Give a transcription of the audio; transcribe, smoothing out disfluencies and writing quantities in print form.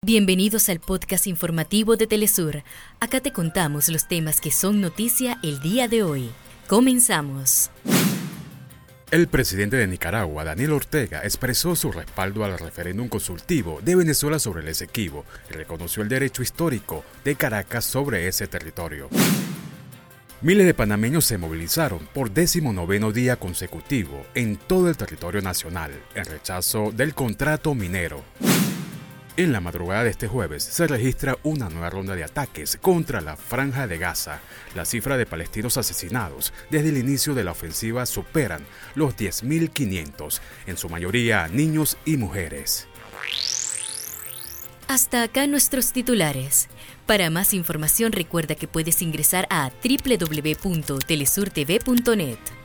Bienvenidos al podcast informativo de Telesur. Acá te contamos los temas que son noticia el día de hoy. Comenzamos. El presidente de Nicaragua, Daniel Ortega, expresó su respaldo al referéndum consultivo de Venezuela sobre el Esequibo y reconoció el derecho histórico de Caracas sobre ese territorio. Miles de panameños se movilizaron por 19º día consecutivo en todo el territorio nacional en rechazo del contrato minero. En la madrugada de este jueves se registra una nueva ronda de ataques contra la Franja de Gaza. La cifra de palestinos asesinados desde el inicio de la ofensiva superan los 10.500, en su mayoría niños y mujeres. Hasta acá nuestros titulares. Para más información recuerda que puedes ingresar a www.telesurtv.net.